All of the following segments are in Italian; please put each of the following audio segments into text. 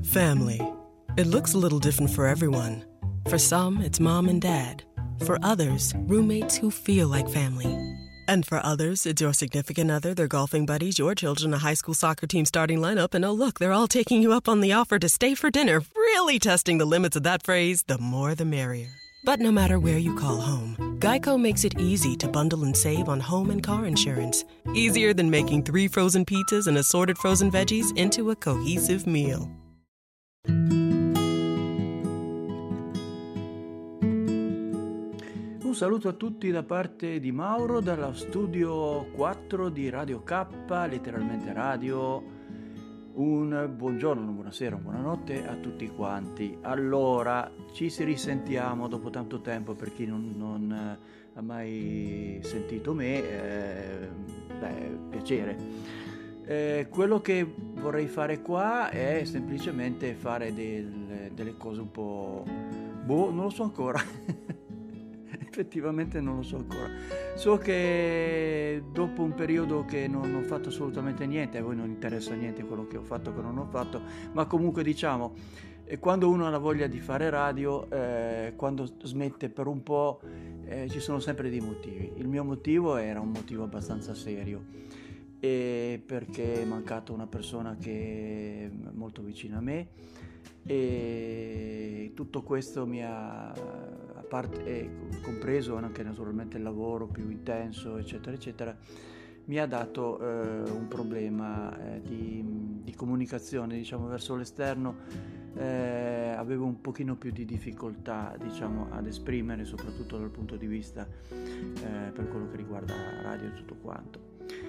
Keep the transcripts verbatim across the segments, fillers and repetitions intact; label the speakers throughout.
Speaker 1: Family. It looks a little different for everyone. For some, it's mom and dad. For others, roommates who feel like family. And for others, it's your significant other, their golfing buddies, your children, a high school soccer team starting lineup, and oh look, they're all taking you up on the offer to stay for dinner, really testing the limits of that phrase, the more the merrier. But no matter where you call home, Geico makes it easy to bundle and save on home and car insurance. Easier than making three frozen pizzas and assorted frozen veggies into a cohesive meal.
Speaker 2: Un saluto a tutti da parte di Mauro dallo studio quattro di Radio K, letteralmente radio. Un buongiorno, una buonasera, una buonanotte a tutti quanti. Allora, ci si risentiamo dopo tanto tempo, per chi non, non eh, ha mai sentito me, eh, beh, piacere. Eh, quello che vorrei fare qua è semplicemente fare del, delle cose un po'... boh, non lo so ancora. Effettivamente non lo so ancora. So che dopo un periodo che non ho fatto assolutamente niente, a voi non interessa niente quello che ho fatto, che non ho fatto, ma comunque diciamo, quando uno ha la voglia di fare radio, eh, quando smette per un po', eh, ci sono sempre dei motivi. Il mio motivo era un motivo abbastanza serio, e perché è mancata una persona che è molto vicina a me, e tutto questo mi ha, a parte, eh, compreso anche naturalmente il lavoro più intenso eccetera eccetera, mi ha dato eh, un problema eh, di, di comunicazione, diciamo, verso l'esterno. Eh, avevo un pochino più di difficoltà, diciamo, ad esprimere, soprattutto dal punto di vista eh, per quello che riguarda la radio e tutto quanto.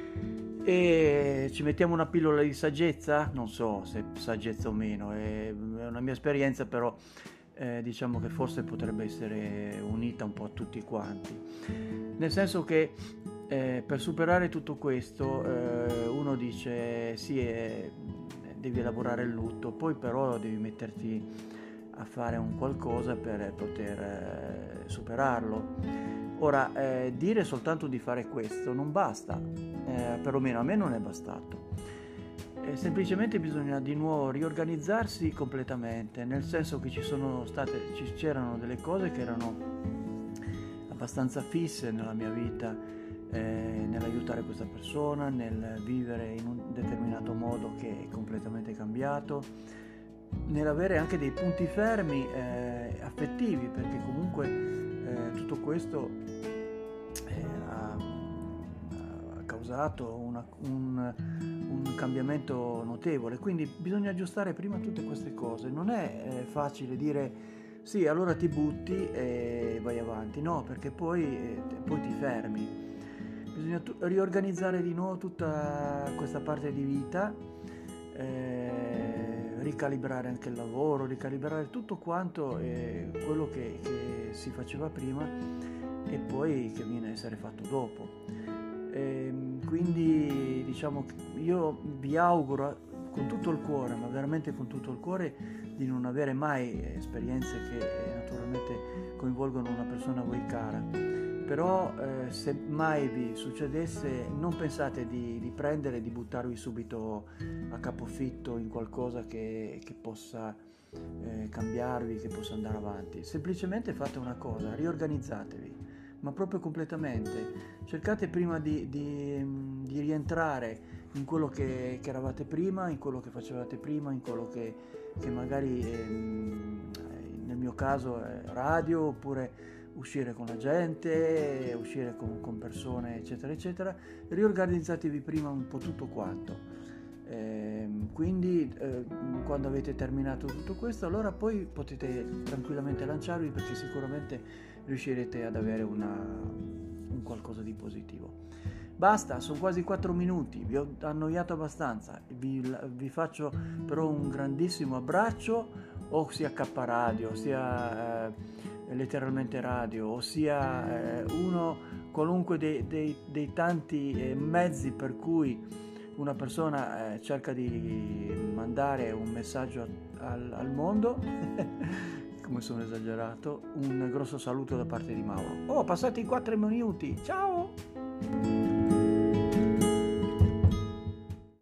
Speaker 2: E ci mettiamo una pillola di saggezza? Non so se saggezza o meno, è una mia esperienza, però eh, diciamo che forse potrebbe essere unita un po' a tutti quanti, nel senso che eh, per superare tutto questo eh, uno dice sì, eh, devi elaborare il lutto, poi però devi metterti a fare un qualcosa per poter eh, superarlo. Ora, eh, dire soltanto di fare questo non basta, eh, perlomeno a me non è bastato. Eh, semplicemente bisogna di nuovo riorganizzarsi completamente, nel senso che ci sono state, ci, c'erano delle cose che erano abbastanza fisse nella mia vita, eh, nell'aiutare questa persona, nel vivere in un determinato modo che è completamente cambiato, nell'avere anche dei punti fermi eh, affettivi, perché comunque eh, tutto questo eh, ha, ha causato una, un, un cambiamento notevole, quindi bisogna aggiustare prima tutte queste cose. Non è eh, facile dire sì, allora ti butti e vai avanti, no, perché poi, eh, poi ti fermi. Bisogna tu- riorganizzare di nuovo tutta questa parte di vita, eh, ricalibrare anche il lavoro, ricalibrare tutto quanto eh, quello che, che si faceva prima e poi che viene a essere fatto dopo. E quindi diciamo che io vi auguro con tutto il cuore, ma veramente con tutto il cuore, di non avere mai esperienze che eh, naturalmente coinvolgono una persona a voi cara. Però eh, se mai vi succedesse, non pensate di, di prendere e di buttarvi subito a capofitto in qualcosa che, che possa eh, cambiarvi, che possa andare avanti. Semplicemente fate una cosa, riorganizzatevi, ma proprio completamente. Cercate prima di, di, di rientrare in quello che, che eravate prima, in quello che facevate prima, in quello che, che magari ehm, nel mio caso è radio, oppure uscire con la gente, uscire con, con persone eccetera eccetera. Riorganizzatevi prima un po' tutto quanto, eh, quindi eh, quando avete terminato tutto questo, allora poi potete tranquillamente lanciarvi, perché sicuramente riuscirete ad avere una, un qualcosa di positivo. Basta, sono quasi quattro minuti, vi ho annoiato abbastanza, vi, vi faccio però un grandissimo abbraccio, o sia K Radio, sia eh, letteralmente radio, o sia eh, uno qualunque dei, dei, dei tanti eh, mezzi per cui una persona eh, cerca di mandare un messaggio al, al mondo. Come sono esagerato. Un grosso saluto da parte di Mauro. Oh, passati quattro minuti, ciao!